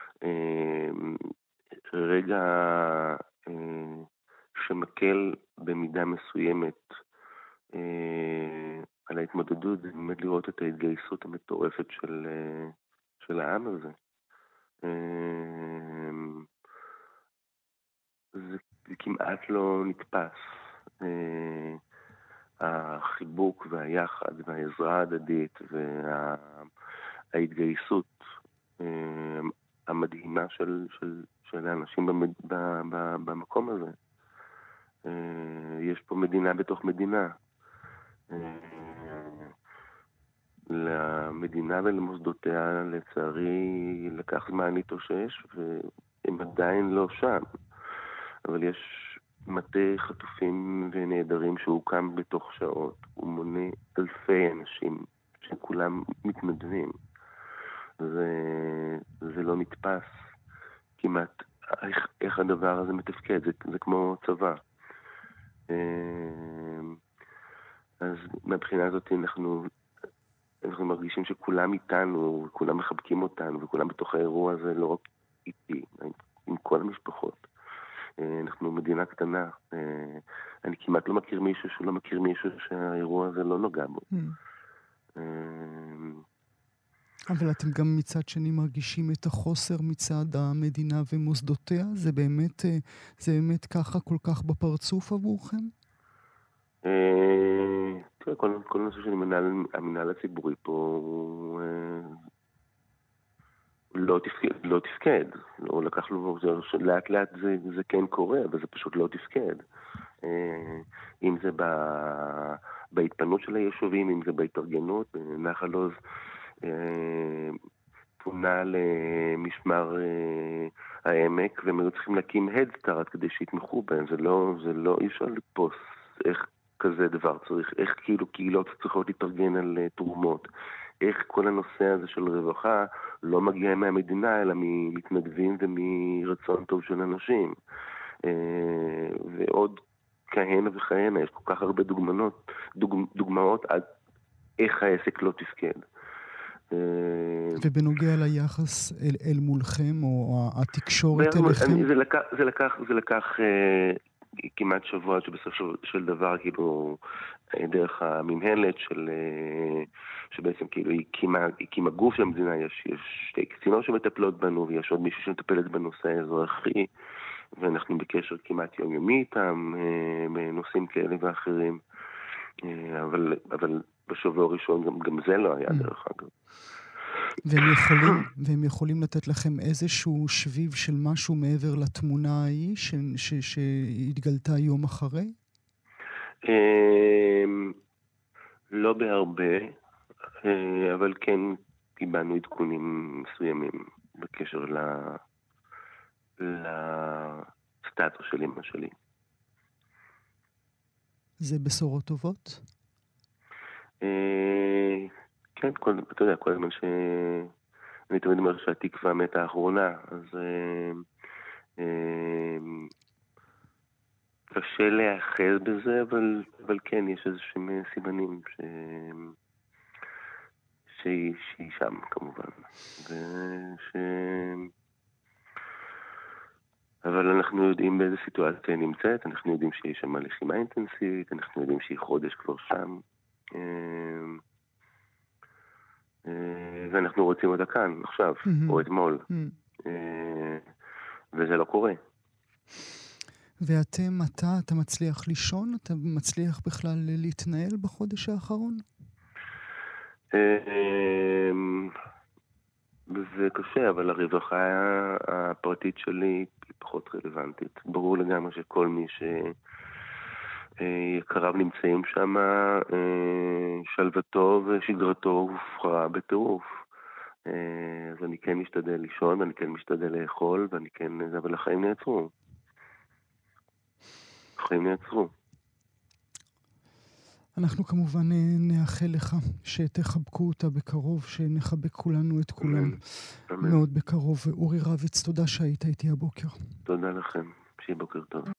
רגע שמקל במידה מסוימת על ההתמודדות, זה באמת לראות את ההתגייסות המטורפת של, של העם הזה. זה, זה כמעט לא נתפס. החיבוק והיחד והעזרה ההדדית וההתגייסות המדהימה של, של, של האנשים במד, במקום הזה. יש פה מדינה בתוך מדינה. למדינה ולמוסדותיה לצערי לקח זמן להתאושש והם עדיין לא שם. אבל יש מטה חטופים ונהדרים שהוקם בתוך שעות. הוא מונה אלפי אנשים שכולם מתנדבים. זה, זה לא נתפס כמעט איך, איך הדבר הזה מתפקד. זה, זה כמו צבא. אז מהבחינה הזאת אנחנו, אנחנו מרגישים שכולם איתנו, וכולם מחבקים אותנו, וכולם בתוך האירוע הזה לא רק איתי, עם כל המשפחות. אנחנו מדינה קטנה. אני כמעט לא מכיר מישהו שהוא לא מכיר מישהו שהאירוע הזה לא נוגע בו.
אבל אתם גם מצד שני מרגישים את החוסר מצד המדינה ומוסדותיה? זה באמת, זה באמת ככה כל כך בפרצוף עבורכם?
תראה, כל נושא של המנהל הציבורי פה לא תפקד, לא תפקד. לא לקח לו, לאט לאט זה, זה כן קורה, אבל זה פשוט לא תפקד. אם זה בהתפנות של היישובים, אם זה בהתארגנות, נחל עוז פונה למשמר העמק, והם היו צריכים להקים הדסטארט כדי שיתמכו בהם. זה לא, זה לא, אי אפשר לפוס איך כזה דבר צריך, איך כאילו קהילות צריכות להתארגן על תרומות. איך כל הנושא הזה של רווחה לא מגיע מהמדינה, אלא ממתנדבים ומרצון טוב של אנשים. ועוד כהנה וכהנה, יש כל כך הרבה דוגמאות, דוג, דוגמאות עד איך העסק לא תפקד.
ובנוגע ליחס אל, אל מולכם, או התקשורת אליכם?
זה לקח, זה לקח, זה לקח כמעט שבוע שבסוף של, של דבר, כאילו, דרך המנהלת של, שבעצם כאילו היא הקימה, הקימה גוף של המדינה, יש, יש שתי קצינות שמטפלות בנו, ויש עוד מישהו שמטפלת בנושא האזרחי, ואנחנו בקשר כמעט יומיומי איתם, בנושאים כאלה ואחרים. אבל, אבל בשבוע הראשון גם, גם זה לא היה דרך אגב.
והם יכולים, והם יכולים לתת לכם איזשהו שביב של משהו מעבר לתמונה ההיא ש, ש, שהתגלתה יום אחרי?
לא בהרבה, אבל כן קיבלנו עדכונים מסוימים בקשר ל... לסטטוס של אמא שלי. זה
בשורות טובות?
כן, אתה יודע, כל הזמן ש... אני תמיד אומר שהתקווה מתה האחרונה, אז קשה להיאחז בזה, אבל, אבל כן, יש איזשהם סימנים ש... שהיא, שהיא שם כמובן. וש... אבל אנחנו יודעים באיזה סיטואציה נמצאת, אנחנו יודעים שיש שם לחימה אינטנסיבית, אנחנו יודעים שהיא חודש כבר שם, ואנחנו רוצים אותה כאן, עכשיו, או אתמול, וזה לא קורה.
ואתם, אתה, אתה מצליח לישון? אתה מצליח בכלל להתנהל בחודש האחרון?
זה קשה, אבל הרווחה הפרטית שלי היא פחות רלוונטית. ברור לגמרי שכל מי שיקריו נמצאים שם, שלוותו ושגרתו הופרה בטירוף. אז אני כן משתדל לישון, ואני כן משתדל לאכול, ואני כן... אבל החיים נעצרו. החיים נעצרו.
אנחנו כמובן נאחל לך שתחבקו אותה בקרוב, שנחבק כולנו את כולם מאוד בקרוב. אורי רביץ, תודה שהיית איתי הבוקר.
תודה לכם, שיהיה בוקר טוב.